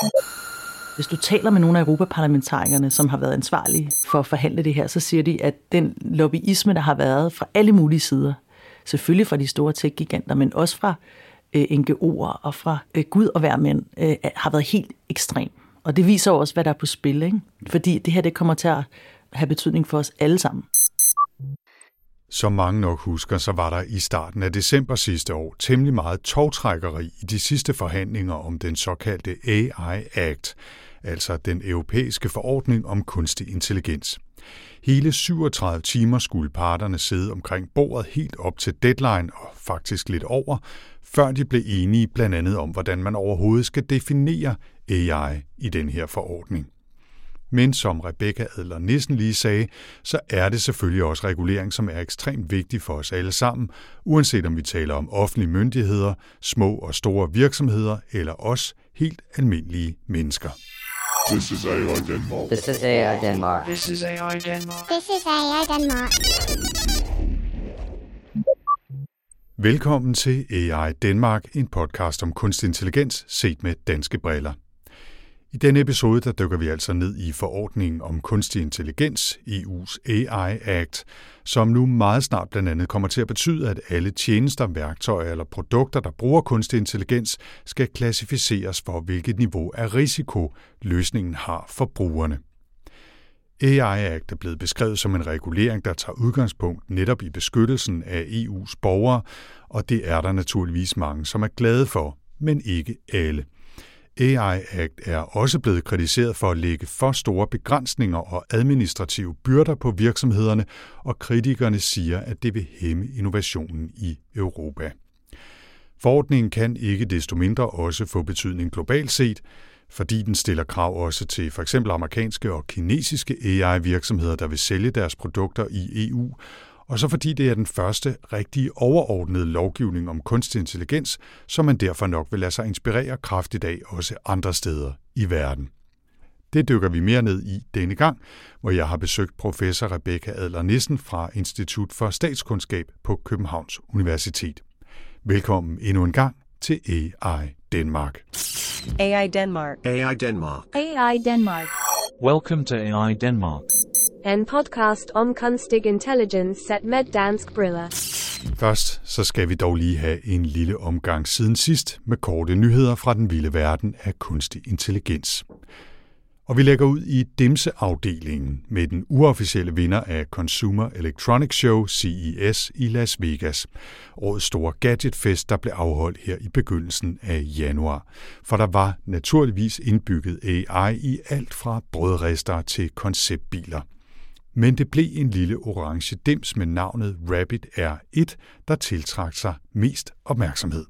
Hvis du taler med nogle af europaparlamentarikerne, som har været ansvarlige for at forhandle det her, så siger de, at den lobbyisme, der har været fra alle mulige sider, selvfølgelig fra de store tech-giganter, men også fra NGO'er og fra Gud og hver mænd, har været helt ekstrem. Og det viser også, hvad der er på spil, ikke? Fordi det her, det kommer til at have betydning for os alle sammen. Som mange nok husker, så var der i starten af december sidste år temmelig meget tovtrækkeri i de sidste forhandlinger om den såkaldte AI Act, altså den europæiske forordning om kunstig intelligens. Hele 37 timer skulle parterne sidde omkring bordet helt op til deadline og faktisk lidt over, før de blev enige blandt andet om, hvordan man overhovedet skal definere AI i den her forordning. Men som Rebecca Adler Nissen lige sagde, så er det selvfølgelig også regulering, som er ekstremt vigtig for os alle sammen, uanset om vi taler om offentlige myndigheder, små og store virksomheder eller os helt almindelige mennesker. This is AI Denmark. This is AI Denmark. This is AI Denmark. This is AI Denmark. Velkommen til AI Denmark, en podcast om kunstig intelligens set med danske briller. I denne episode der dykker vi altså ned i forordningen om kunstig intelligens, EU's AI Act, som nu meget snart blandt andet kommer til at betyde, at alle tjenester, værktøjer eller produkter, der bruger kunstig intelligens, skal klassificeres for, hvilket niveau af risiko løsningen har for brugerne. AI Act er blevet beskrevet som en regulering, der tager udgangspunkt netop i beskyttelsen af EU's borgere, og det er der naturligvis mange, som er glade for, men ikke alle. AI Act er også blevet kritiseret for at lægge for store begrænsninger og administrative byrder på virksomhederne, og kritikerne siger, at det vil hæmme innovationen i Europa. Forordningen kan ikke desto mindre også få betydning globalt set, fordi den stiller krav også til f.eks. amerikanske og kinesiske AI-virksomheder, der vil sælge deres produkter i EU, og så fordi det er den første rigtige overordnede lovgivning om kunstig intelligens, som man derfor nok vil lade sig inspirere kraftigt af også andre steder i verden. Det dykker vi mere ned i denne gang, hvor jeg har besøgt professor Rebecca Adler Nissen fra Institut for Statskundskab på Københavns Universitet. Velkommen endnu en gang til AI Denmark. AI Denmark. AI Denmark. AI Denmark. Welcome to AI Denmark. En podcast om kunstig intelligens set med dansk briller. Først så skal vi dog lige have en lille omgang siden sidst med korte nyheder fra den vilde verden af kunstig intelligens. Og vi lægger ud i dimseafdelingen med den uofficielle vinder af Consumer Electronics Show CES i Las Vegas. Årets store gadgetfest, der blev afholdt her i begyndelsen af januar. For der var naturligvis indbygget AI i alt fra brødrister til konceptbiler. Men det blev en lille orange dims med navnet Rabbit R1, der tiltrak sig mest opmærksomhed.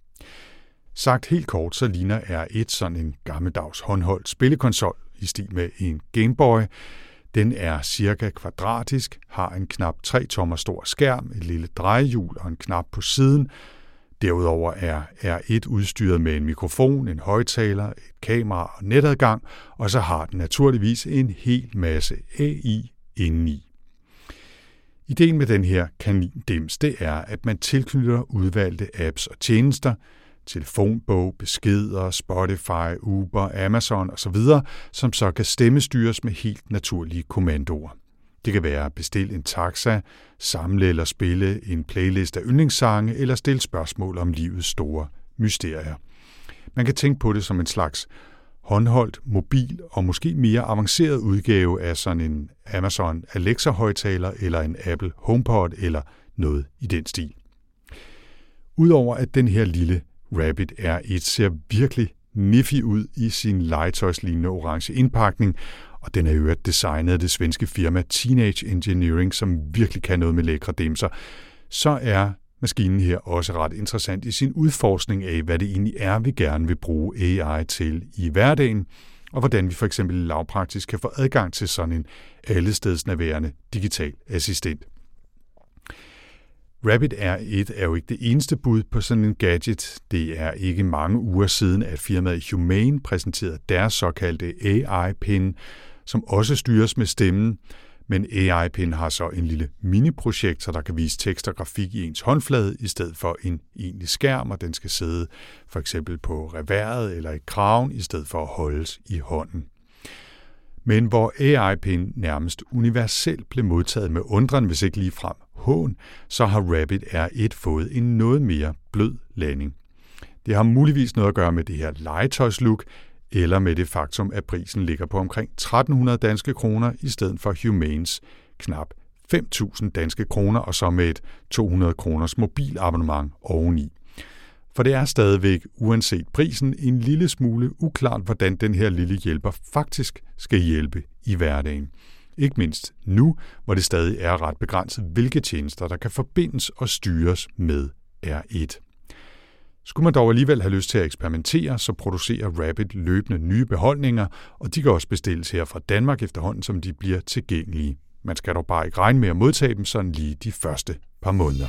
Sagt helt kort, så ligner R1 sådan en gammeldags håndholdt spillekonsol i stil med en Game Boy. Den er cirka kvadratisk, har en knap 3 tommer stor skærm, et lille drejehjul og en knap på siden. Derudover er R1 udstyret med en mikrofon, en højttaler, et kamera og netadgang, og så har den naturligvis en hel masse AI indeni. Ideen med den her kanindims, det er, at man tilknytter udvalgte apps og tjenester, telefonbog, beskeder, Spotify, Uber, Amazon osv., som så kan stemmestyres med helt naturlige kommandoer. Det kan være at bestille en taxa, samle eller spille en playlist af yndlingssange eller stille spørgsmål om livets store mysterier. Man kan tænke på det som en slags håndholdt, mobil og måske mere avanceret udgave af sådan en Amazon Alexa-højttaler eller en Apple HomePod eller noget i den stil. Udover at den her lille Rabbit R1 ser virkelig niffy ud i sin legetøjslignende orange indpakning, og den er jo designet af det svenske firma Teenage Engineering, som virkelig kan noget med lækre dimser, så er maskinen her også ret interessant i sin udforskning af, hvad det egentlig er, vi gerne vil bruge AI til i hverdagen, og hvordan vi for eksempel lavpraktisk kan få adgang til sådan en allestedsnærværende digital assistent. Rabbit R1 er jo ikke det eneste bud på sådan en gadget. Det er ikke mange uger siden, at firmaet Humane præsenterede deres såkaldte AI-pen, som også styres med stemmen. Men AI-pen har så en lille mini-projektor, der kan vise tekst og grafik i ens håndflade, i stedet for en egentlig skærm, og den skal sidde for eksempel på reverset eller i kraven, i stedet for at holdes i hånden. Men hvor AI-pen nærmest universelt blev modtaget med undren, hvis ikke ligefrem hån, så har Rabbit R1 fået en noget mere blød landing. Det har muligvis noget at gøre med det her legetøjslook, eller med det faktum, at prisen ligger på omkring 1.300 danske kroner, i stedet for Humanes knap 5.000 danske kroner, og så med et 200 kroners mobilabonnement oveni. For det er stadigvæk, uanset prisen, en lille smule uklart, hvordan den her lille hjælper faktisk skal hjælpe i hverdagen. Ikke mindst nu, hvor det stadig er ret begrænset, hvilke tjenester, der kan forbindes og styres med R1. Skulle man dog alligevel have lyst til at eksperimentere, så producerer Rabbit løbende nye beholdninger, og de kan også bestilles her fra Danmark efterhånden, som de bliver tilgængelige. Man skal dog bare ikke regne med at modtage dem sådan lige de første par måneder.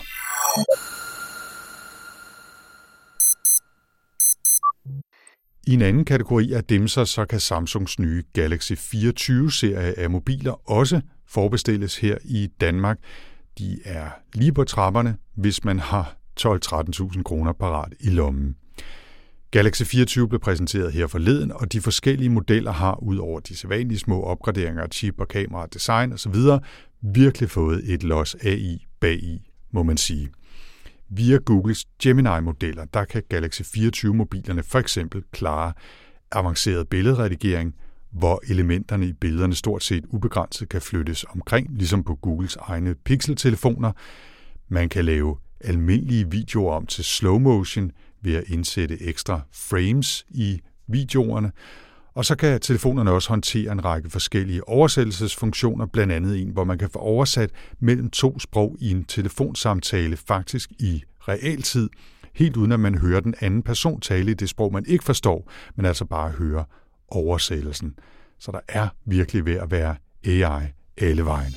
I en anden kategori af dimser, så kan Samsungs nye Galaxy 24-serie af mobiler også forbestilles her i Danmark. De er lige på trapperne, hvis man har 12-13.000 kroner parat i lommen. Galaxy 24 blev præsenteret her forleden, og de forskellige modeller har, ud over de sædvanlige små opgraderinger af chip og kamera, design osv., virkelig fået et los AI bagi, må man sige. Via Googles Gemini-modeller, der kan Galaxy 24-mobilerne for eksempel klare avanceret billedredigering, hvor elementerne i billederne stort set ubegrænset kan flyttes omkring, ligesom på Googles egne pixeltelefoner. Man kan lave almindelige videoer om til slow motion ved at indsætte ekstra frames i videoerne. Og så kan telefonerne også håndtere en række forskellige oversættelsesfunktioner, blandt andet en, hvor man kan få oversat mellem 2 sprog i en telefonsamtale faktisk i realtid, helt uden at man hører den anden person tale i det sprog, man ikke forstår, men altså bare hører oversættelsen. Så der er virkelig ved at være AI alle vejen.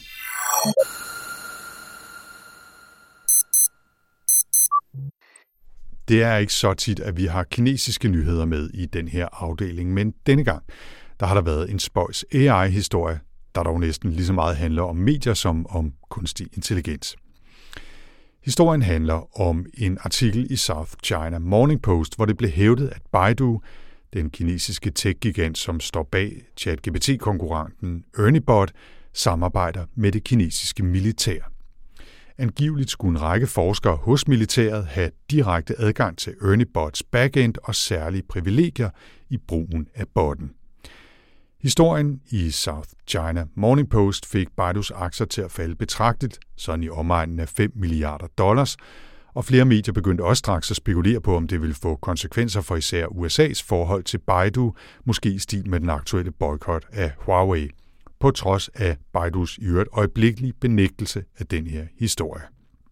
Det er ikke så tit, at vi har kinesiske nyheder med i den her afdeling, men denne gang, der har der været en spøjs AI-historie, der dog næsten lige så meget handler om medier som om kunstig intelligens. Historien handler om en artikel i South China Morning Post, hvor det blev hævdet, at Baidu, den kinesiske tech-gigant, som står bag ChatGPT-konkurrenten ErnieBot, samarbejder med det kinesiske militær. Angiveligt skulle en række forskere hos militæret have direkte adgang til ErnieBots backend og særlige privilegier i brugen af botten. Historien i South China Morning Post fik Baidus aktier til at falde betragteligt, sådan i omegnen af $5 milliarder, og flere medier begyndte også straks at spekulere på, om det ville få konsekvenser for især USA's forhold til Baidu, måske i stil med den aktuelle boykot af Huawei, på trods af Baidus i øvrigt øjeblikkelige benægtelse af den her historie.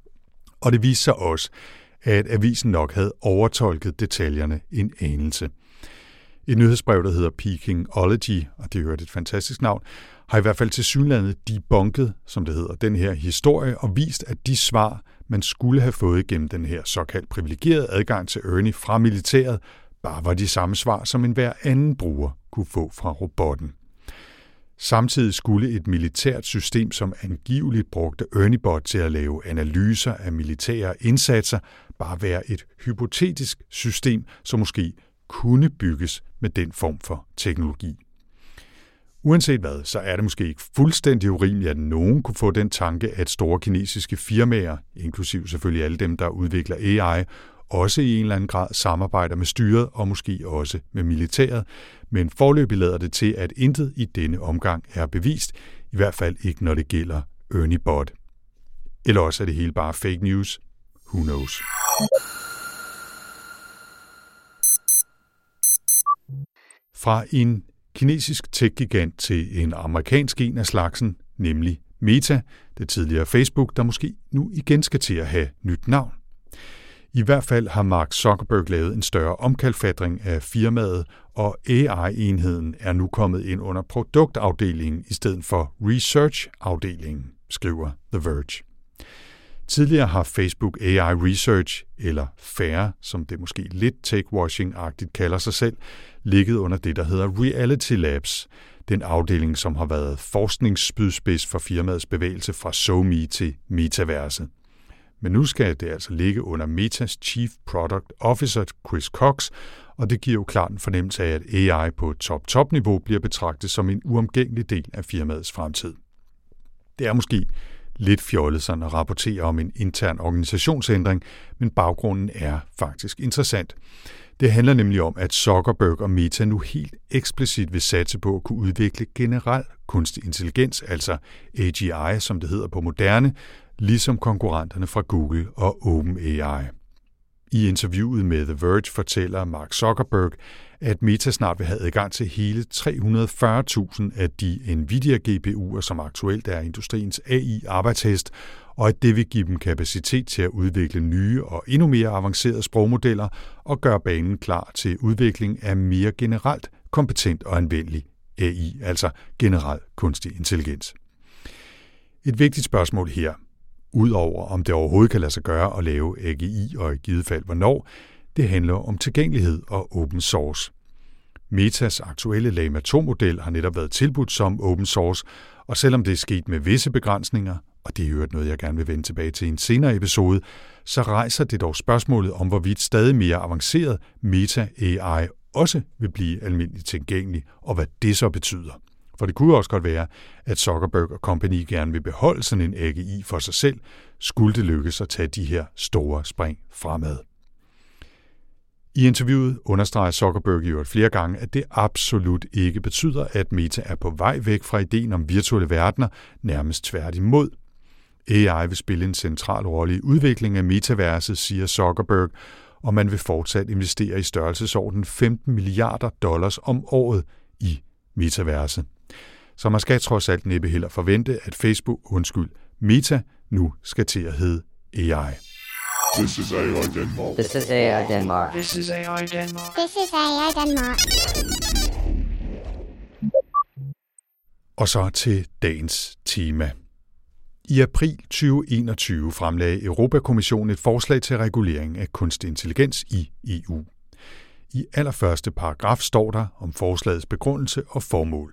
Og det viste sig også, at avisen nok havde overtolket detaljerne en anelse. Et nyhedsbrev, der hedder Pekingology, og det er et fantastisk navn, har i hvert fald tilsyneladende debunket, som det hedder, den her historie, og vist, at de svar, man skulle have fået gennem den her såkaldt privilegerede adgang til Ernie fra militæret, bare var de samme svar, som enhver anden bruger kunne få fra robotten. Samtidig skulle et militært system, som angiveligt brugte ErnieBot til at lave analyser af militære indsatser, bare være et hypotetisk system, som måske kunne bygges med den form for teknologi. Uanset hvad, så er det måske ikke fuldstændig urimeligt, at nogen kunne få den tanke, at store kinesiske firmaer, inklusiv selvfølgelig alle dem, der udvikler AI, også i en eller anden grad samarbejder med styret og måske også med militæret, men foreløbig lader det til, at intet i denne omgang er bevist, i hvert fald ikke når det gælder ErnieBot. Eller også er det hele bare fake news. Who knows? Fra en kinesisk tech-gigant til en amerikansk en af slagsen, nemlig Meta, det tidligere Facebook, der måske nu igen skal til at have nyt navn. I hvert fald har Mark Zuckerberg lavet en større omkalfatring af firmaet, og AI-enheden er nu kommet ind under produktafdelingen i stedet for research-afdelingen, skriver The Verge. Tidligere har Facebook AI Research, eller FAIR, som det måske lidt tech-washing-agtigt kalder sig selv, ligget under det, der hedder Reality Labs, den afdeling, som har været forskningsspydspids for firmaets bevægelse fra SoMe til metaverset. Men nu skal det altså ligge under Metas Chief Product Officer, Chris Cox, og det giver jo klart en fornemmelse af, at AI på top-niveau bliver betragtet som en uomgængelig del af firmaets fremtid. Det er måske lidt fjollet sådan at rapportere om en intern organisationsændring, men baggrunden er faktisk interessant. Det handler nemlig om, at Zuckerberg og Meta nu helt eksplicit vil satse på at kunne udvikle generel kunstig intelligens, altså AGI, som det hedder på moderne, ligesom konkurrenterne fra Google og OpenAI. I interviewet med The Verge fortæller Mark Zuckerberg, at Meta snart vil have adgang til hele 340.000 af de Nvidia-GPU'er, som aktuelt er industriens AI-arbejdshest, og at det vil give dem kapacitet til at udvikle nye og endnu mere avancerede sprogmodeller og gøre banen klar til udvikling af mere generelt kompetent og anvendelig AI, altså generel kunstig intelligens. Et vigtigt spørgsmål her, udover om det overhovedet kan lade sig gøre at lave AGI og i givet fald hvornår, det handler om tilgængelighed og open source. Metas aktuelle Llama 2-model har netop været tilbudt som open source, og selvom det er sket med visse begrænsninger, og det er jo noget, jeg gerne vil vende tilbage til i en senere episode, så rejser det dog spørgsmålet om, hvorvidt stadig mere avanceret Meta AI også vil blive almindeligt tilgængelig, og hvad det så betyder. For det kunne også godt være, at Zuckerberg og company gerne vil beholde sådan en AGI for sig selv, skulle det lykkes at tage de her store spring fremad. I interviewet understreger Zuckerberg i øvrigt flere gange, at det absolut ikke betyder, at Meta er på vej væk fra ideen om virtuelle verdener, nærmest tværtimod. AI vil spille en central rolle i udviklingen af metaverset, siger Zuckerberg, og man vil fortsat investere i størrelsesorden $15 milliarder om året i metaverset. Så man skal trods alt næppe heller forvente, at Meta nu skal til at hedde AI. This is AI Denmark. This is AI Denmark. This is AI Denmark. This is AI Denmark. Og så til dagens tema. I april 2021 fremlagde Europakommissionen et forslag til regulering af kunstig intelligens i EU. I allerførste paragraf står der om forslagets begrundelse og formål.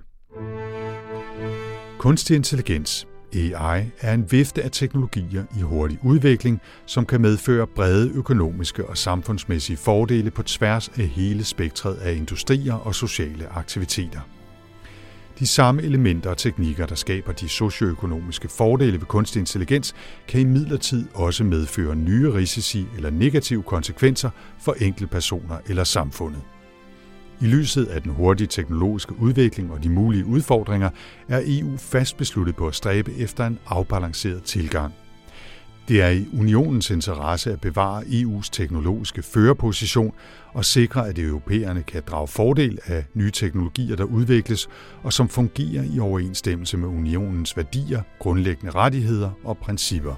Kunstig intelligens, AI, er en vifte af teknologier i hurtig udvikling, som kan medføre brede økonomiske og samfundsmæssige fordele på tværs af hele spektret af industrier og sociale aktiviteter. De samme elementer og teknikker, der skaber de socioøkonomiske fordele ved kunstig intelligens, kan imidlertid også medføre nye risici eller negative konsekvenser for enkeltpersoner eller samfundet. I lyset af den hurtige teknologiske udvikling og de mulige udfordringer, er EU fast besluttet på at stræbe efter en afbalanceret tilgang. Det er i unionens interesse at bevare EU's teknologiske førerposition og sikre, at europæerne kan drage fordel af nye teknologier, der udvikles og som fungerer i overensstemmelse med unionens værdier, grundlæggende rettigheder og principper.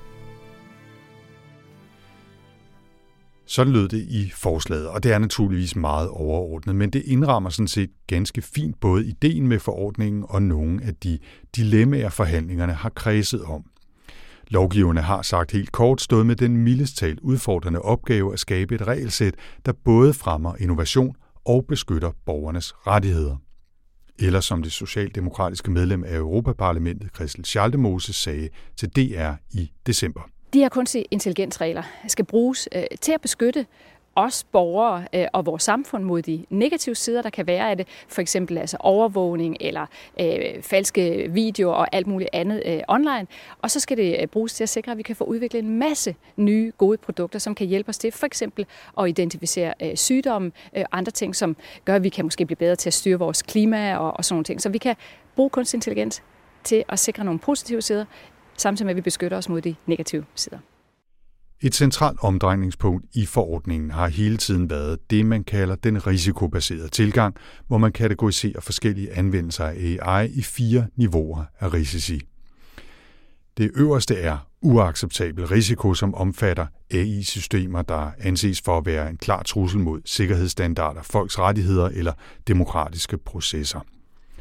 Sådan lød det i forslaget, og det er naturligvis meget overordnet, men det indrammer sådan set ganske fint både ideen med forordningen og nogle af de dilemmaer, forhandlingerne har kredset om. Lovgiverne har sagt helt kort stået med den mildest talt udfordrende opgave at skabe et regelsæt, der både fremmer innovation og beskytter borgernes rettigheder. Eller som det socialdemokratiske medlem af Europaparlamentet, Christel Schaldemose, sagde til DR i december. De her kunstig intelligensregler skal bruges til at beskytte os borgere og vores samfund mod de negative sider, der kan være af det. For eksempel altså overvågning eller falske videoer og alt muligt andet online. Og så skal det bruges til at sikre, at vi kan få udviklet en masse nye gode produkter, som kan hjælpe os til for eksempel at identificere sygdomme og andre ting, som gør, at vi kan måske blive bedre til at styre vores klima og sådan nogle ting. Så vi kan bruge kunstig intelligens til at sikre nogle positive sider, samtidig med, at vi beskytter os mod de negative sider. Et centralt omdrejningspunkt i forordningen har hele tiden været det, man kalder den risikobaserede tilgang, hvor man kategoriserer forskellige anvendelser af AI i 4 niveauer af risici. Det øverste er uacceptabel risiko, som omfatter AI-systemer, der anses for at være en klar trussel mod sikkerhedsstandarder, folks rettigheder eller demokratiske processer.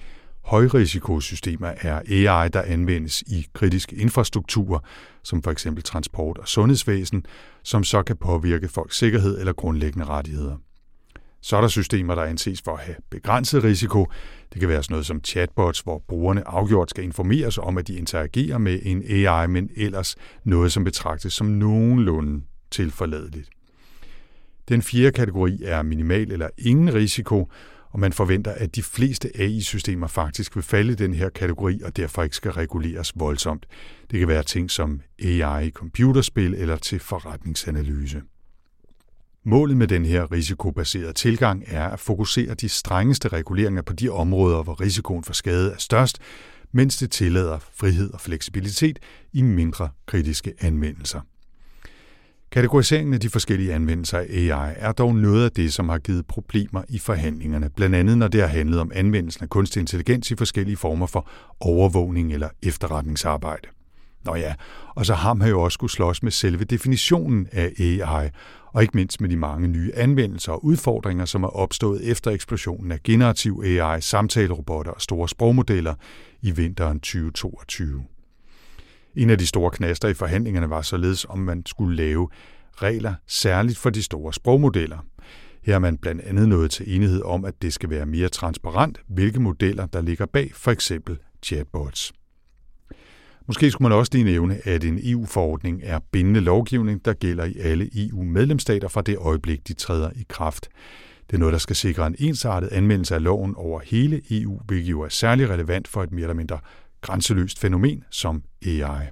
Højrisikosystemer er AI, der anvendes i kritiske infrastrukturer, som for eksempel transport og sundhedsvæsen, som så kan påvirke folks sikkerhed eller grundlæggende rettigheder. Så er der systemer, der anses for at have begrænset risiko. Det kan være sådan noget som chatbots, hvor brugerne afgjort skal informeres om, at de interagerer med en AI, men ellers noget, som betragtes som nogenlunde tilforladeligt. Den fjerde kategori er minimal eller ingen risiko, og man forventer, at de fleste AI-systemer faktisk vil falde i den her kategori, og derfor ikke skal reguleres voldsomt. Det kan være ting som AI i computerspil eller til forretningsanalyse. Målet med den her risikobaserede tilgang er at fokusere de strengeste reguleringer på de områder, hvor risikoen for skade er størst, mens det tillader frihed og fleksibilitet i mindre kritiske anvendelser. Kategoriseringen af de forskellige anvendelser af AI er dog noget af det, som har givet problemer i forhandlingerne, blandt andet når det har handlet om anvendelsen af kunstig intelligens i forskellige former for overvågning eller efterretningsarbejde. Nå ja, og så har man jo også skulle slås med selve definitionen af AI, og ikke mindst med de mange nye anvendelser og udfordringer, som er opstået efter eksplosionen af generativ AI, samtalerobotter og store sprogmodeller i vinteren 2022. En af de store knaster i forhandlingerne var således, om man skulle lave regler særligt for de store sprogmodeller. Her er man blandt andet nået til enighed om, at det skal være mere transparent, hvilke modeller der ligger bag, for eksempel chatbots. Måske skulle man også lige nævne, at en EU-forordning er bindende lovgivning, der gælder i alle EU-medlemsstater fra det øjeblik, de træder i kraft. Det er noget, der skal sikre en ensartet anvendelse af loven over hele EU, hvilket jo er særlig relevant for et mere eller mindre grænseløst fænomen som AI.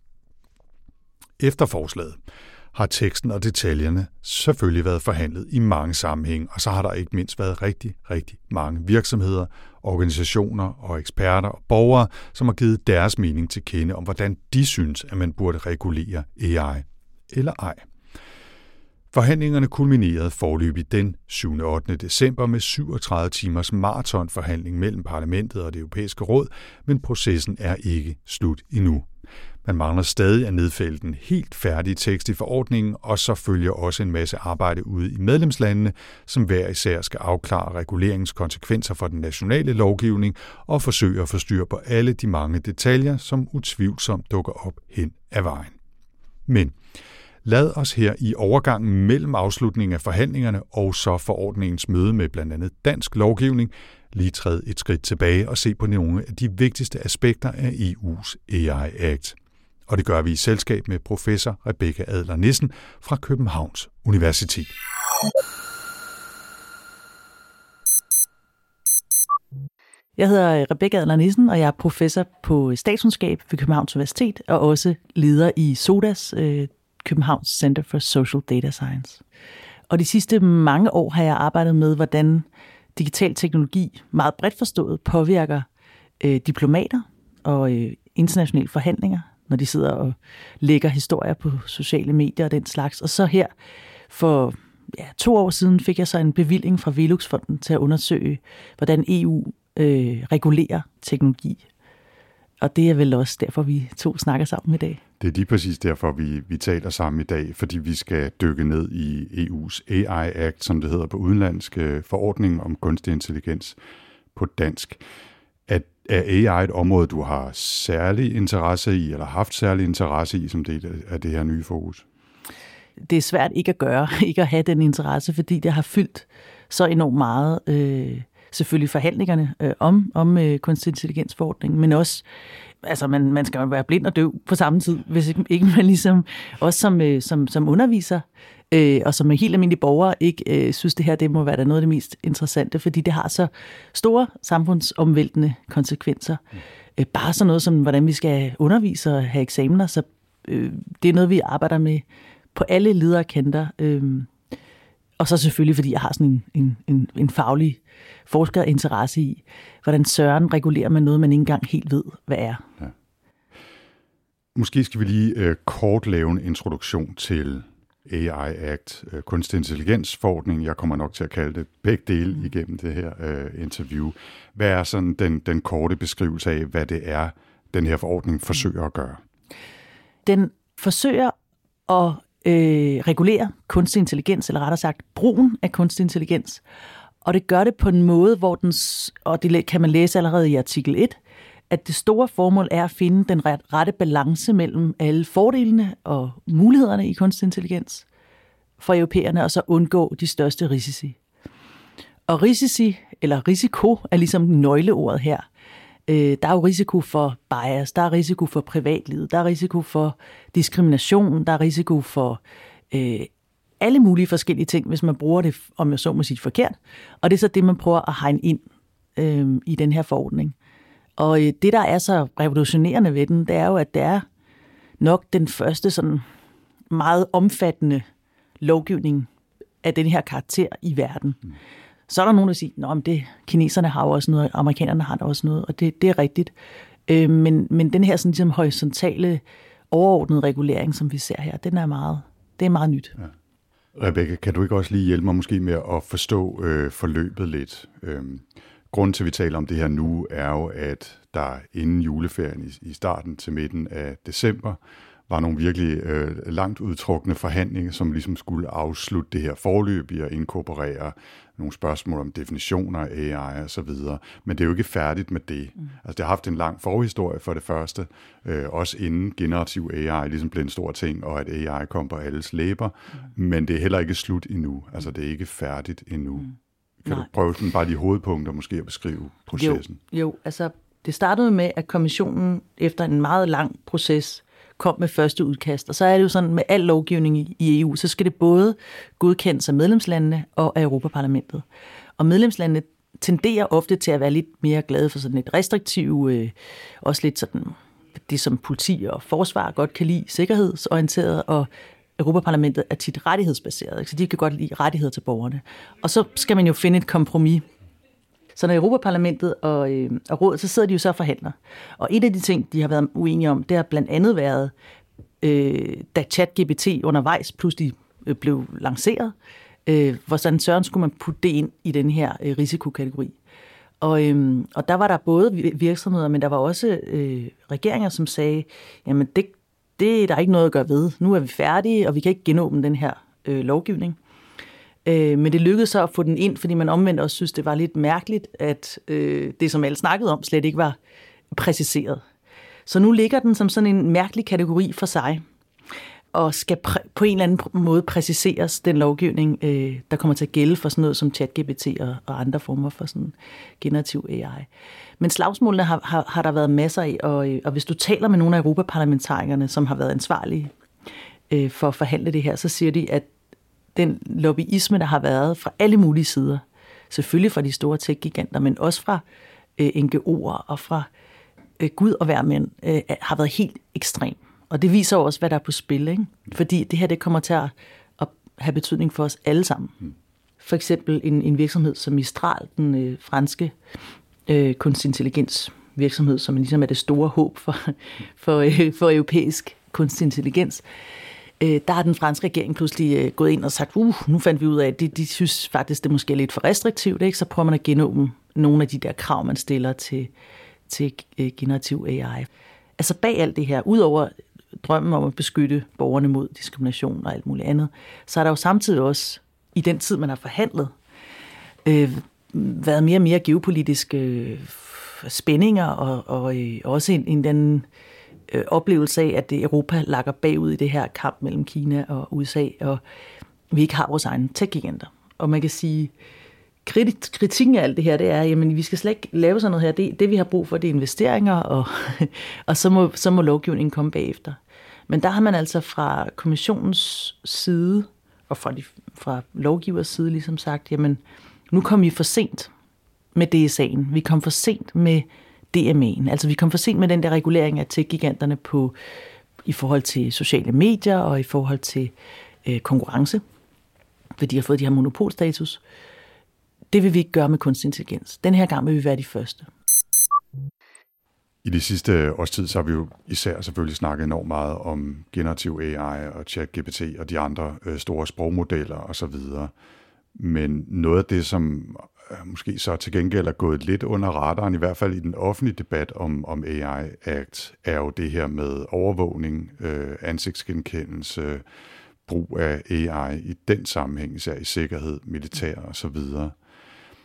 Efter forslaget har teksten og detaljerne selvfølgelig været forhandlet i mange sammenhænge, og så har der ikke mindst været rigtig mange virksomheder, organisationer og eksperter og borgere, som har givet deres mening til kende om, hvordan de synes, at man burde regulere AI eller ej. Forhandlingerne kulminerede foreløbig den 7. og 8. december med 37 timers maratonforhandling mellem parlamentet og det europæiske råd, men processen er ikke slut endnu. Man mangler stadig at nedfælde den helt færdige tekst i forordningen, og så følger også en masse arbejde ude i medlemslandene, som hver især skal afklare reguleringens konsekvenser for den nationale lovgivning og forsøge at få styr på alle de mange detaljer, som utvivlsomt dukker op hen ad vejen. Men lad os her i overgangen mellem afslutningen af forhandlingerne og så forordningens møde med blandt andet dansk lovgivning lige træde et skridt tilbage og se på nogle af de vigtigste aspekter af EU's AI Act. Og det gør vi i selskab med professor Rebecca Adler Nissen fra Københavns Universitet. Jeg hedder Rebecca Adler Nissen, og jeg er professor på statskundskab ved Københavns Universitet og også leder i SODAS, Københavns Center for Social Data Science. Og de sidste mange år har jeg arbejdet med, hvordan digital teknologi, meget bredt forstået, påvirker diplomater og internationale forhandlinger, når de sidder og lægger historier på sociale medier og den slags. Og så her for 2 år siden fik jeg så en bevilling fra Velux-fonden til at undersøge, hvordan EU regulerer teknologi. Og det er vel også derfor, vi to snakker sammen i dag. Det er lige præcis derfor, vi taler sammen i dag, fordi vi skal dykke ned i EU's AI Act, som det hedder på udenlandsk, forordning om kunstig intelligens på dansk. Er AI et område, du har særlig interesse i, eller haft særlig interesse i, som del af det her nye fokus? Det er svært ikke at have den interesse, fordi det har fyldt så enormt meget, selvfølgelig forhandlingerne om kunstig intelligensforordningen, men også, altså man skal jo være blind og døv på samme tid, hvis ikke man ligesom, også som underviser, og som en helt almindelig borger ikke synes, det her det må være noget af det mest interessante, fordi det har så store samfundsomvæltende konsekvenser. Bare sådan noget som, hvordan vi skal undervise og have eksamener, så det er noget, vi arbejder med på alle lederkanter. Og så selvfølgelig, fordi jeg har sådan en faglig forskerinteresse i, hvordan søren regulerer man noget, man ikke engang helt ved, hvad er. Ja. Måske skal vi lige kort lave en introduktion til AI Act, kunstig intelligensforordning. Jeg kommer nok til at kalde det begge dele igennem det her interview. Hvad er sådan den korte beskrivelse af, hvad det er, den her forordning forsøger at gøre? Den forsøger at regulere kunstig intelligens, eller rettere sagt brugen af kunstig intelligens, Og det gør det på en måde, hvor og det kan man læse allerede i artikel 1, at det store formål er at finde den rette balance mellem alle fordelene og mulighederne i kunstig intelligens for europæerne, og så undgå de største risici. Og risici, eller risiko, er ligesom nøgleordet her. Der er jo risiko for bias, der er risiko for privatlivet, der er risiko for diskrimination, der er risiko for alle mulige forskellige ting, hvis man bruger det, om jeg så må sige, forkert. Og det er så det, man prøver at hegne ind i den her forordning. Og det, der er så revolutionerende ved den, det er jo, at det er nok den første sådan meget omfattende lovgivning af den her karakter i verden. Så er der nogen, der siger, at kineserne har jo også noget, amerikanerne har der også noget, og det er rigtigt. Men den her sådan, ligesom, horisontale, overordnede regulering, som vi ser her, det er meget nyt. Ja. Rebecca, kan du ikke også lige hjælpe mig måske med at forstå forløbet lidt? Grunden til, at vi taler om det her nu, er jo, at der inden juleferien i starten til midten af december, var nogle virkelig langt udtrukne forhandlinger, som ligesom skulle afslutte det her forløb i at inkorporere nogle spørgsmål om definitioner af AI og så videre. Men det er jo ikke færdigt med det. Altså det har haft en lang forhistorie for det første, også inden generativ AI ligesom blev en stor ting, og at AI kom på alles læber, men det er heller ikke slut endnu. Altså det er ikke færdigt endnu. Kan du prøve sådan bare de hovedpunkter måske at beskrive processen? Jo, altså det startede med, at kommissionen efter en meget lang proces kom med første udkast. Og så er det jo sådan med al lovgivning i EU, så skal det både godkendes af medlemslandene og af Europaparlamentet. Og medlemslandene tenderer ofte til at være lidt mere glade for sådan et restriktivt, også lidt sådan det, som politi og forsvar godt kan lide, sikkerhedsorienteret, og Europaparlamentet er tit rettighedsbaseret, så de kan godt lide rettigheder til borgerne. Og så skal man jo finde et kompromis. Så når Europaparlamentet og rådet, så sidder de jo så og forhandler. Og et af de ting, de har været uenige om, det har blandt andet været, da ChatGPT undervejs pludselig blev lanceret, hvor sådan søren skulle man putte det ind i den her risikokategori. Og der var der både virksomheder, men der var også regeringer, som sagde, jamen det er der ikke noget at gøre ved. Nu er vi færdige, og vi kan ikke genåbne den her lovgivning. Men det lykkedes så at få den ind, fordi man omvendt også synes, det var lidt mærkeligt, at det, som alle snakkede om, slet ikke var præciseret. Så nu ligger den som sådan en mærkelig kategori for sig, og skal på en eller anden måde præciseres, den lovgivning, der kommer til at gælde for sådan noget som ChatGPT og andre former for sådan generativ AI. Men slagsmålene har der været masser af, og hvis du taler med nogle af europaparlamentarikerne, som har været ansvarlige for at forhandle det her, så siger de, at den lobbyisme, der har været fra alle mulige sider, selvfølgelig fra de store tech-giganter, men også fra NGO'er og fra Gud og hvermænd, har været helt ekstrem. Og det viser også, hvad der er på spil, ikke? Fordi det her, det kommer til at have betydning for os alle sammen. For eksempel en virksomhed som Mistral, den franske kunstig intelligens virksomhed, som ligesom er det store håb for europæisk kunstig intelligens. Der har den franske regering pludselig gået ind og sagt, nu fandt vi ud af, at de synes faktisk, det måske er lidt for restriktivt, ikke? Så prøver man at genåbne nogle af de der krav, man stiller til generativ AI. Altså bag alt det her, udover drømmen om at beskytte borgerne mod diskrimination og alt muligt andet, så er der jo samtidig også, i den tid, man har forhandlet, været mere og mere geopolitiske spændinger, og også en anden oplevelse af, at Europa lakker bagud i det her kamp mellem Kina og USA, og vi ikke har vores egne tech-giganter. Og man kan sige, kritikken af alt det her, det er, jamen vi skal slet ikke lave sådan noget her. Det vi har brug for, det er investeringer, og så må lovgivningen komme bagefter. Men der har man altså fra kommissionens side, og fra lovgivers side ligesom sagt, jamen nu kom vi for sent med DSA'en. Vi kom for sent med DMA'en. Altså vi kom for sent med den der regulering af tech-giganterne i forhold til sociale medier og i forhold til konkurrence, fordi de har fået de her monopolstatus. Det vil vi ikke gøre med kunstig intelligens. Den her gang vil vi være de første. I de sidste års tid, så har vi jo især selvfølgelig snakket enormt meget om generativ AI og ChatGPT og de andre store sprogmodeller osv. Men noget af det, som måske så til gengæld er gået lidt under radaren, i hvert fald i den offentlige debat om AI Act, er jo det her med overvågning, ansigtsgenkendelse, brug af AI i den sammenhæng, især i sikkerhed, militær osv.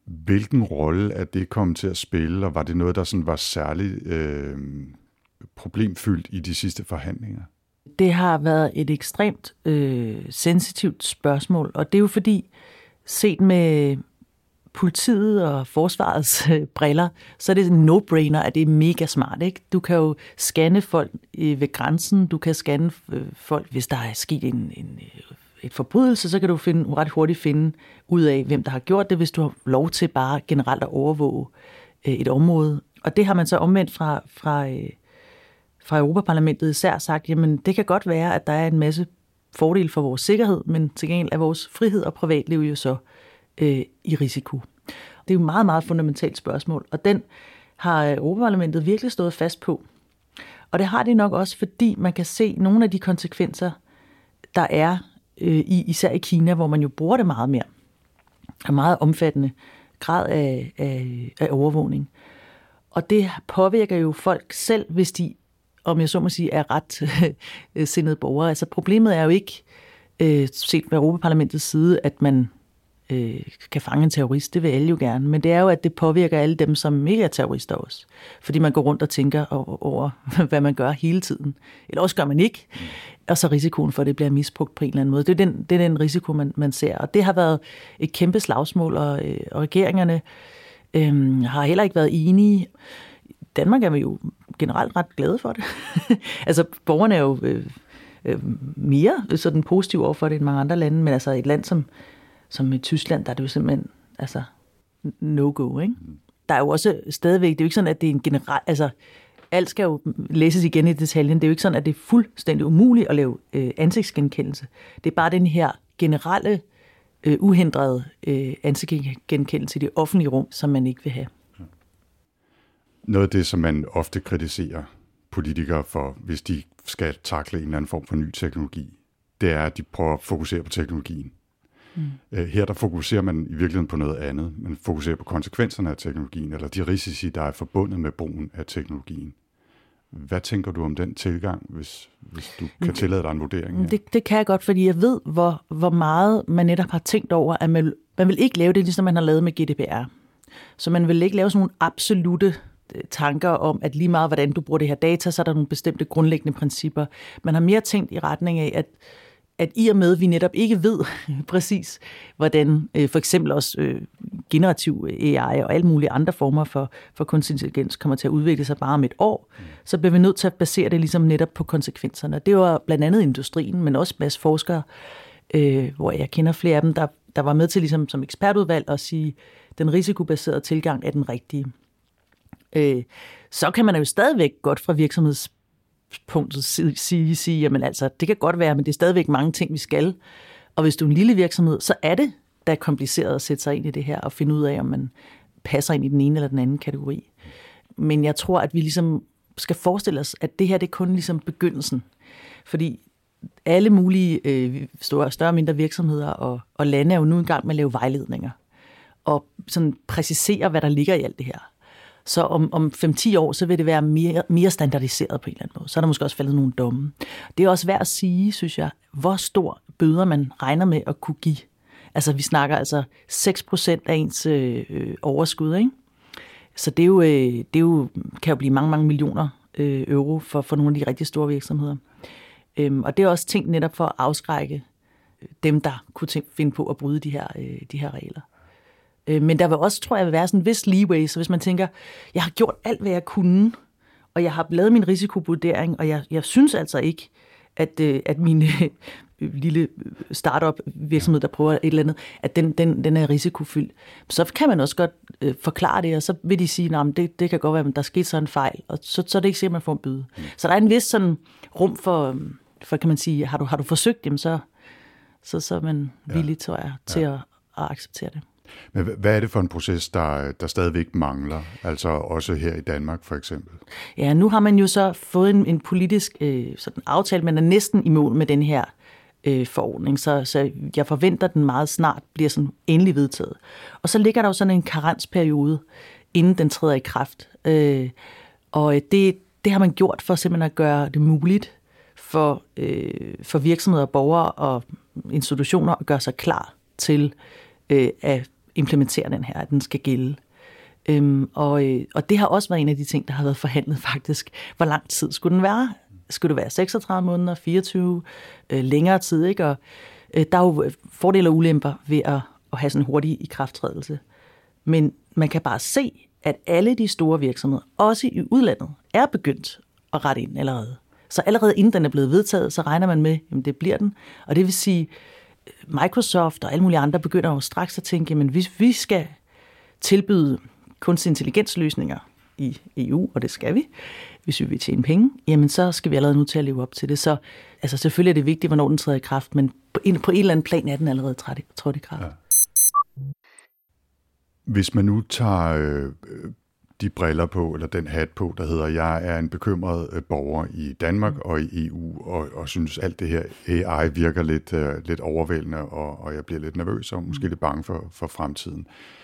Hvilken rolle er det kommet til at spille, og var det noget, der sådan var særligt problemfyldt i de sidste forhandlinger? Det har været et ekstremt sensitivt spørgsmål, og det er jo fordi, set med politiet og forsvarets briller, så er det en no-brainer, at det er mega smart, ikke? Du kan jo scanne folk ved grænsen, du kan scanne folk, hvis der er sket et forbrydelse, så kan du ret hurtigt finde ud af, hvem der har gjort det, hvis du har lov til bare generelt at overvåge et område. Og det har man så omvendt fra Europaparlamentet især sagt, jamen det kan godt være, at der er en masse fordele for vores sikkerhed, men til gengæld er vores frihed og privatliv jo så i risiko. Det er jo et meget, meget fundamentalt spørgsmål, og den har Europaparlamentet virkelig stået fast på. Og det har de nok også, fordi man kan se nogle af de konsekvenser, der er især i Kina, hvor man jo bruger det meget mere. En meget omfattende grad af overvågning. Og det påvirker jo folk selv, hvis de, om jeg så må sige, er ret sindede borgere. Altså problemet er jo ikke set fra Europaparlamentets side, at man kan fange en terrorist, det vil alle jo gerne, men det er jo, at det påvirker alle dem, som ikke er terrorister også. Fordi man går rundt og tænker over, hvad man gør hele tiden. Eller også gør man ikke, og så risikoen for, at det bliver misbrugt på en eller anden måde. Det er den risiko, man ser, og det har været et kæmpe slagsmål, og regeringerne har heller ikke været enige. I Danmark er vi jo generelt ret glade for det. Altså, borgerne er jo mere sådan positive overfor det end mange andre lande, men altså et land som i Tyskland, der er det jo simpelthen altså no-go, ikke? Der er jo også stadigvæk, det er jo ikke sådan, at det er en generel, altså alt skal jo læses igen i detaljen, det er jo ikke sådan, at det er fuldstændig umuligt at lave ansigtsgenkendelse. Det er bare den her generelle, uhindrede ansigtsgenkendelse i det offentlige rum, som man ikke vil have. Noget af det, som man ofte kritiserer politikere for, hvis de skal takle en eller anden form for ny teknologi, det er, at de prøver at fokusere på teknologien. Her der fokuserer man i virkeligheden på noget andet. Man fokuserer på konsekvenserne af teknologien, eller de risici, der er forbundet med brugen af teknologien. Hvad tænker du om den tilgang, hvis du kan tillade dig en vurdering? Det kan jeg godt, fordi jeg ved, hvor meget man netop har tænkt over, at man vil ikke lave det, ligesom man har lavet med GDPR. Så man vil ikke lave sådan nogle absolute tanker om, at lige meget, hvordan du bruger det her data, så er der nogle bestemte grundlæggende principper. Man har mere tænkt i retning af, at i og med, at vi netop ikke ved præcis, hvordan for eksempel også generativ AI og alle mulige andre former for kunstig intelligens kommer til at udvikle sig bare om et år, så bliver vi nødt til at basere det ligesom netop på konsekvenserne. Det var blandt andet industrien, men også masse forskere, hvor jeg kender flere af dem, der var med til ligesom som ekspertudvalg at sige, at den risikobaserede tilgang er den rigtige. Så kan man jo stadigvæk godt fra virksomhedspunktet sige, jamen altså, det kan godt være, men det er stadigvæk mange ting, vi skal. Og hvis du er en lille virksomhed, så er det da kompliceret at sætte sig ind i det her og finde ud af, om man passer ind i den ene eller den anden kategori. Men jeg tror, at vi ligesom skal forestille os, at det her det er kun ligesom begyndelsen. Fordi alle mulige større og mindre virksomheder og lande er jo nu i gang med at lave vejledninger og sådan præcisere, hvad der ligger i alt det her. Så om 5-10 år, så vil det være mere standardiseret på en eller anden måde. Så er der måske også faldet nogle domme. Det er også værd at sige, synes jeg, hvor stor bøder man regner med at kunne give. Altså, vi snakker altså 6% af ens overskud, ikke? Så det kan jo blive mange, mange millioner euro for nogle af de rigtig store virksomheder. Og det er også tænkt netop for at afskrække dem, der kunne finde på at bryde de her regler. Men der vil også, tror jeg, være sådan en vis leeway, så hvis man tænker, jeg har gjort alt, hvad jeg kunne, og jeg har lavet min risikovurdering, og jeg synes altså ikke, at min lille startup virksomhed, der prøver et eller andet, at den er risikofyldt. Så kan man også godt forklare det, og så vil de sige, at det kan godt være, at der skete så en fejl, og så er det ikke sikkert, at man får en bøde. Så der er en vis sådan rum for kan man sige, har du forsøgt dem, så er man villig, tror jeg, til at acceptere det. Men hvad er det for en proces, der stadigvæk mangler? Altså også her i Danmark for eksempel? Ja, nu har man jo så fået en politisk sådan aftale, man er næsten i mål med den her forordning, så jeg forventer, at den meget snart bliver sådan endelig vedtaget. Og så ligger der jo sådan en karensperiode, inden den træder i kraft. Og det har man gjort for simpelthen at gøre det muligt for virksomheder, borgere og institutioner at gøre sig klar til at implementere den her, at den skal gælde. Og det har også været en af de ting, der har været forhandlet faktisk. Hvor lang tid skulle den være? Skulle det være 36 måneder, 24, længere tid, ikke? Og der er jo fordele og ulemper ved at have sådan en hurtig ikrafttrædelse. Men man kan bare se, at alle de store virksomheder, også i udlandet, er begyndt at rette ind allerede. Så allerede inden den er blevet vedtaget, så regner man med, at det bliver den. Og det vil sige, Microsoft og alle mulige andre begynder jo straks at tænke, men hvis vi skal tilbyde kunstig intelligensløsninger i EU, og det skal vi, hvis vi vil tjene penge, jamen så skal vi allerede nu til at leve op til det. Så altså, selvfølgelig er det vigtigt, hvornår den træder i kraft, men på en eller anden plan er den allerede trådt i kraft. Ja. Hvis man nu tager de briller på, eller den hat på, der hedder, jeg er en bekymret borger i Danmark og i EU, og synes alt det her AI virker lidt overvældende, og jeg bliver lidt nervøs og måske lidt bange for fremtiden.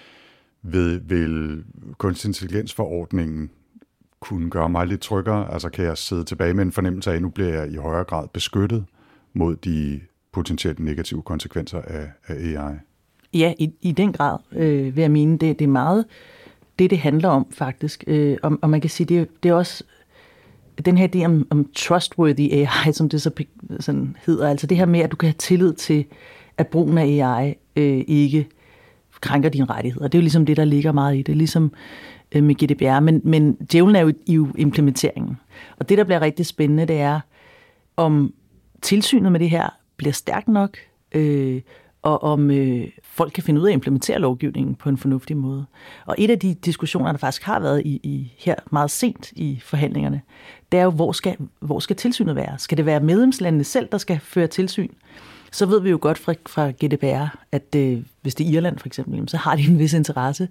Vil kunstig intelligensforordningen kunne gøre mig lidt tryggere? Altså kan jeg sidde tilbage med en fornemmelse af, at nu bliver jeg i højere grad beskyttet mod de potentielt negative konsekvenser af AI? Ja, i den grad vil jeg mene, det er meget det handler om faktisk. Og man kan sige, det er også den her idé om trustworthy AI, som det så sådan hedder. Altså det her med, at du kan have tillid til, at brugen af AI ikke krænker dine rettigheder. Det er jo ligesom det, der ligger meget i det, ligesom med GDPR. Men djævlen er jo i implementeringen. Og det, der bliver rigtig spændende, det er, om tilsynet med det her bliver stærkt nok, og om folk kan finde ud af at implementere lovgivningen på en fornuftig måde. Og et af de diskussioner, der faktisk har været i her meget sent i forhandlingerne, det er jo, hvor skal tilsynet være? Skal det være medlemslandene selv, der skal føre tilsyn? Så ved vi jo godt fra GDPR, at hvis det er Irland for eksempel, så har de en vis interesse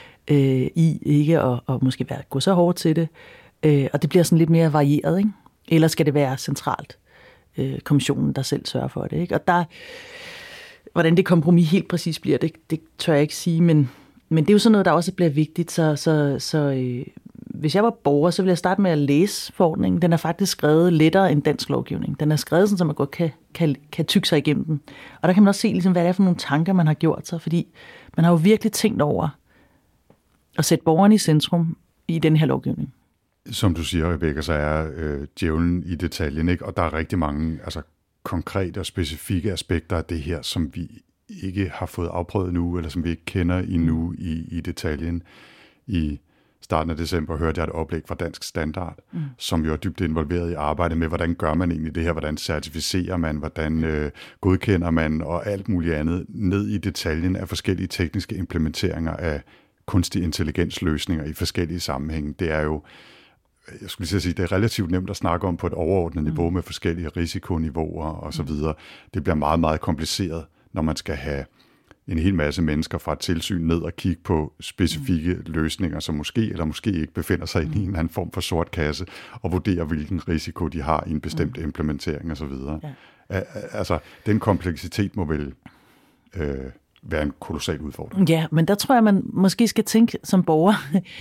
i ikke at måske gå så hårdt til det. Og det bliver sådan lidt mere varieret, ikke? Eller skal det være centralt? Kommissionen, der selv sørger for det, ikke? Og der hvordan det kompromis helt præcis bliver, det tør jeg ikke sige, men det er jo sådan noget, der også bliver vigtigt. Så hvis jeg var borger, så ville jeg starte med at læse forordningen. Den er faktisk skrevet lettere end dansk lovgivning. Den er skrevet sådan, så man godt kan tygge sig igennem den. Og der kan man også se, ligesom, hvad det er for nogle tanker, man har gjort sig, fordi man har jo virkelig tænkt over at sætte borgeren i centrum i den her lovgivning. Som du siger, Rebecca, så er djævlen i detaljen, ikke? Og der er rigtig mange konkrete og specifikke aspekter af det her, som vi ikke har fået afprøvet nu, eller som vi ikke kender endnu i detaljen. I starten af december hørte jeg et oplæg fra Dansk Standard, som jo er dybt involveret i arbejdet med, hvordan gør man egentlig det her, hvordan certificerer man, hvordan godkender man, og alt muligt andet, ned i detaljen af forskellige tekniske implementeringer af kunstig intelligensløsninger i forskellige sammenhænge. Det er jo, jeg skulle lige sige, det er relativt nemt at snakke om på et overordnet niveau med forskellige risikoniveauer og så videre. Det bliver meget, meget kompliceret, når man skal have en hel masse mennesker fra et tilsyn ned og kigge på specifikke løsninger, som måske eller måske ikke befinder sig i en eller anden form for sort kasse, og vurdere, hvilken risiko de har i en bestemt implementering og så videre. Ja. Altså, den kompleksitet må vel være en kolossal udfordring. Ja, men der tror jeg, man måske skal tænke som borger,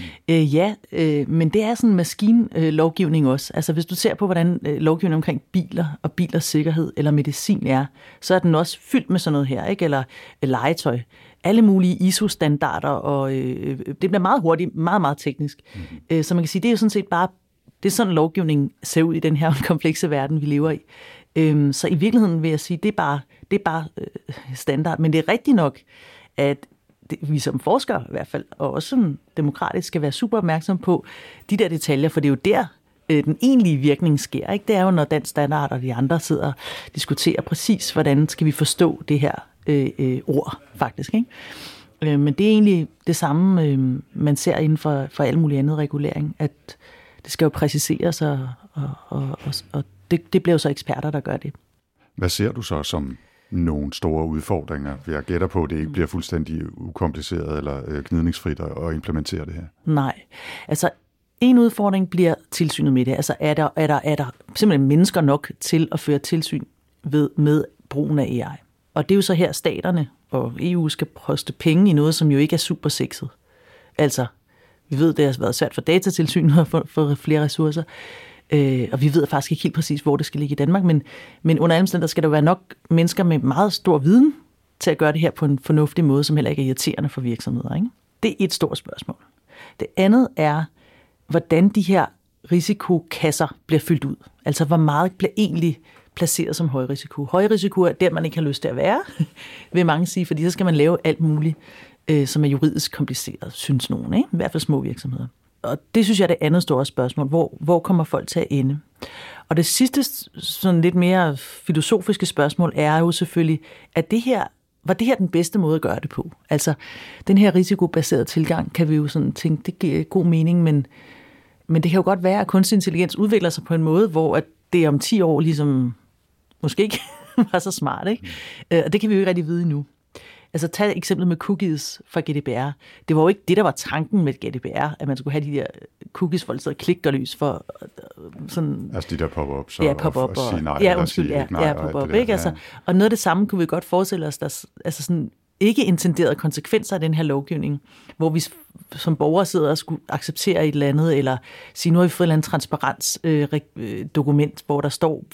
men det er sådan en maskinlovgivning også. Altså hvis du ser på, hvordan lovgivningen omkring biler og bilers sikkerhed eller medicin er, så er den også fyldt med sådan noget her, ikke? Eller legetøj. Alle mulige ISO-standarder, og det bliver meget hurtigt, meget, meget teknisk. Så man kan sige, det er jo sådan set bare, det er sådan lovgivningen ser ud i den her komplekse verden, vi lever i. Så i virkeligheden vil jeg sige, det er bare standard, men det er rigtigt nok, at vi som forskere i hvert fald, og også som demokratisk, skal være super opmærksom på de der detaljer, for det er jo der, den egentlige virkning sker. Ikke? Det er jo, når Dansk Standard og de andre sidder og diskuterer præcis, hvordan skal vi forstå det her ord, faktisk. Ikke? Men det er egentlig det samme, man ser inden for al mulig andet regulering, at det skal jo præciseres, og det bliver jo så eksperter, der gør det. Hvad ser du så som nogle store udfordringer? Jeg gætter på, at det ikke bliver fuldstændig ukompliceret eller gnidningsfrit at implementere det her. Nej, altså en udfordring bliver tilsynet med det. Altså er der simpelthen mennesker nok til at føre tilsyn med brugen af AI? Og det er jo så her staterne og EU skal poste penge i noget, som jo ikke er super sexet. Altså, vi ved, det har været svært for datatilsynet at få flere ressourcer. Og vi ved faktisk ikke helt præcis, hvor det skal ligge i Danmark, men under alle omstændigheder skal der være nok mennesker med meget stor viden til at gøre det her på en fornuftig måde, som heller ikke er irriterende for virksomheder, ikke? Det er et stort spørgsmål. Det andet er, hvordan de her risikokasser bliver fyldt ud. Altså, hvor meget bliver egentlig placeret som højrisiko. Højrisiko er der, man ikke har lyst til at være, vil mange sige, fordi så skal man lave alt muligt, som er juridisk kompliceret, synes nogen, ikke? I hvert fald små virksomheder. Og det synes jeg er det andet store spørgsmål. Hvor kommer folk til at ende? Og det sidste, sådan lidt mere filosofiske spørgsmål, er jo selvfølgelig, at var det her den bedste måde at gøre det på? Altså, den her risikobaserede tilgang, kan vi jo sådan tænke, det giver god mening, men det kan jo godt være, at kunstig intelligens udvikler sig på en måde, hvor at det om 10 år ligesom måske ikke var så smart, ikke? Og det kan vi jo ikke rigtig vide endnu. Altså, tag eksemplet med cookies fra GDPR. Det var jo ikke det, der var tanken med GDPR, at man skulle have de der cookies, hvor det stod klik og lys for sådan... Altså de der pop-ups og sige nej, eller sige ikke nej. Pop-up, ikke? Altså, og noget af det samme kunne vi godt forestille os, der altså sådan ikke intenderede konsekvenser af den her lovgivning, hvor vi som borgere sidder og skulle acceptere et eller andet, eller sige, nu har vi fået et eller andet transparensdokument, hvor der står,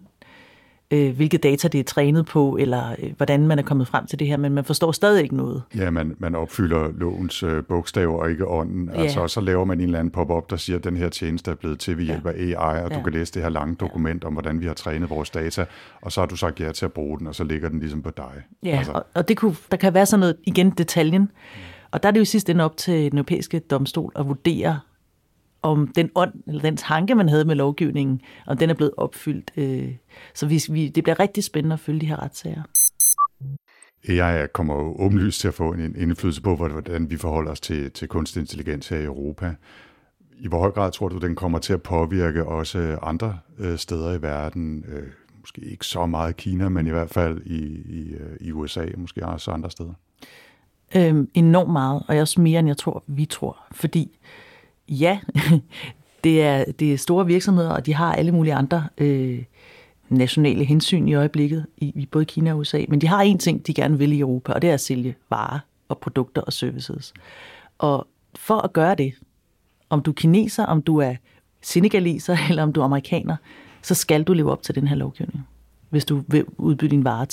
hvilke data det er trænet på, eller hvordan man er kommet frem til det her, men man forstår stadig ikke noget. Ja, man opfylder lovens bogstaver og ikke ånden. Ja. Altså, og så laver man en eller anden pop-up, der siger, at den her tjeneste er blevet til ved hjælp af AI, og du kan læse det her lange dokument om, hvordan vi har trænet vores data, og så har du sagt ja til at bruge den, og så ligger den ligesom på dig. Ja, altså. Og der kan være sådan noget, igen, detaljen. Og der er det jo sidst ende op til den europæiske domstol at vurdere, om den ånd, eller den tanke, man havde med lovgivningen, om den er blevet opfyldt. Så det bliver rigtig spændende at følge de her retssager. AI kommer jo åbenlyst til at få en indflydelse på, hvordan vi forholder os til kunstig intelligens her i Europa. I hvor høj grad tror du, den kommer til at påvirke også andre steder i verden? Måske ikke så meget Kina, men i hvert fald i USA, måske også andre steder? Enormt meget, og også mere, end vi tror. Fordi ja, det er store virksomheder, og de har alle mulige andre nationale hensyn i øjeblikket, i både Kina og USA. Men de har en ting, de gerne vil i Europa, og det er at sælge varer og produkter og services. Og for at gøre det, om du er kineser, om du er senegaleser, eller om du er amerikaner, så skal du leve op til den her lovgivning, hvis du vil udbyde din vare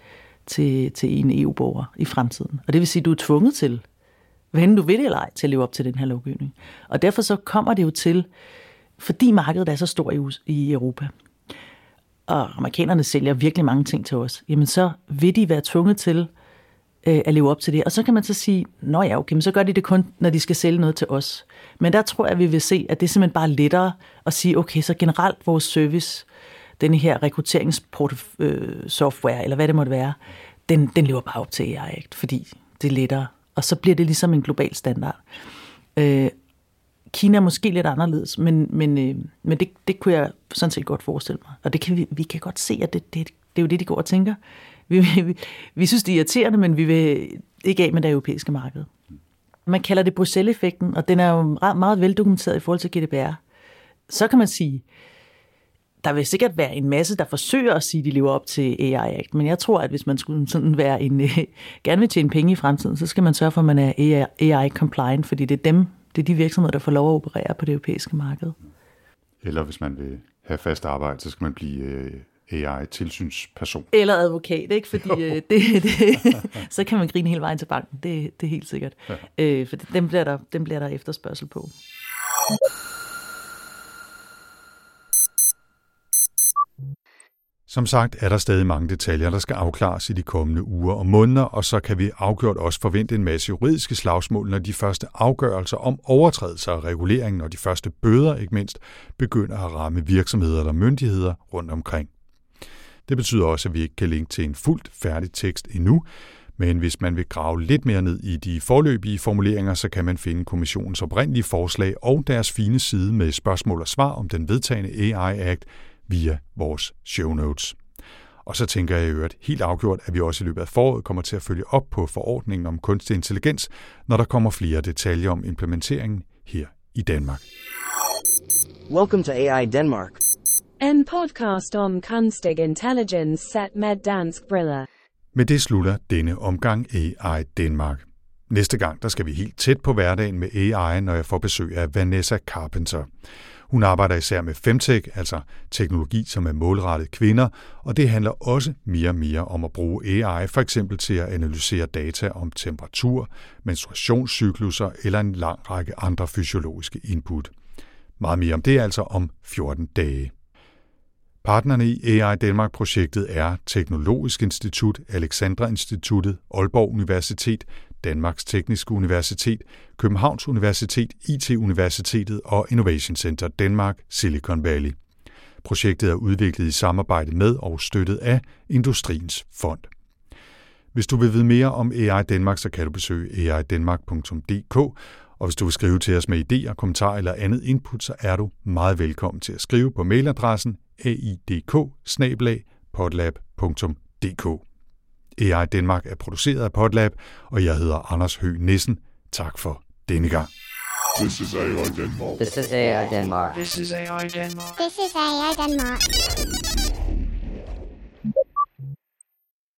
til en EU-borger i fremtiden. Og det vil sige, at du er tvunget til, hvad end du vil eller ej, til at leve op til den her lovgivning. Og derfor så kommer det jo til, fordi markedet er så stort i Europa, og amerikanerne sælger virkelig mange ting til os, jamen så vil de være tvunget til at leve op til det. Og så kan man så sige, nå ja, okay, men så gør de det kun, når de skal sælge noget til os. Men der tror jeg, vi vil se, at det er simpelthen bare lettere at sige, okay, så generelt vores service, denne her rekrutteringssoftware, eller hvad det måtte være, den lever bare op til AI Act, fordi det er lettere. Og så bliver det ligesom en global standard. Kina er måske lidt anderledes, men det kunne jeg sådan set godt forestille mig. Og vi kan godt se, at det er jo det, de går og tænker. Vi synes, det er irriterende, men vi vil ikke af med det europæiske marked. Man kalder det Bruxelles-effekten, og den er jo meget veldokumenteret i forhold til GDPR. Så kan man sige, der vil sikkert være en masse, der forsøger at sige, at de lever op til AI Act, men jeg tror, at hvis man skulle sådan være gerne vil tjene penge i fremtiden, så skal man sørge for, at man er AI-compliant, fordi det er de virksomheder, der får lov at operere på det europæiske marked. Eller hvis man vil have fast arbejde, så skal man blive AI-tilsynsperson. Eller advokat, ikke? Fordi så kan man grine hele vejen til banken, det er helt sikkert. Ja. For dem bliver der efterspørgsel på. Som sagt er der stadig mange detaljer, der skal afklares i de kommende uger og måneder, og så kan vi afgjort også forvente en masse juridiske slagsmål, når de første afgørelser om overtrædelser af reguleringen og de første bøder, ikke mindst, begynder at ramme virksomheder eller myndigheder rundt omkring. Det betyder også, at vi ikke kan linke til en fuldt færdig tekst endnu, men hvis man vil grave lidt mere ned i de foreløbige formuleringer, så kan man finde kommissionens oprindelige forslag og deres fine side med spørgsmål og svar om den vedtagne AI Act via vores show notes. Og så tænker jeg i øvrigt helt afgjort, at vi også i løbet af foråret kommer til at følge op på forordningen om kunstig intelligens, når der kommer flere detaljer om implementeringen her i Danmark. Welcome to AI Denmark. En podcast om kunstig intelligens set med dansk briller. Med det slutter denne omgang AI Danmark. Næste gang der skal vi helt tæt på hverdagen med AI, når jeg får besøg af Vanessa Carpenter. Hun arbejder især med femtech, altså teknologi, som er målrettet kvinder, og det handler også mere og mere om at bruge AI for eksempel til at analysere data om temperatur, menstruationscykluser eller en lang række andre fysiologiske input. Meget mere om det altså om 14 dage. Partnerne i AI Danmark-projektet er Teknologisk Institut, Alexandra Instituttet, Aalborg Universitet, Danmarks Tekniske Universitet, Københavns Universitet, IT-universitetet og Innovation Center Denmark, Silicon Valley. Projektet er udviklet i samarbejde med og støttet af Industriens Fond. Hvis du vil vide mere om AI Danmark, så kan du besøge aidanmark.dk, og hvis du vil skrive til os med idéer, kommentarer eller andet input, så er du meget velkommen til at skrive på mailadressen aidk@podlab.dk. AI Danmark er produceret af Podlab, og jeg hedder Anders Høgh Nissen. Tak for denne gang. This is AI Denmark. This is AI Denmark. This is AI Denmark. This is AI Denmark.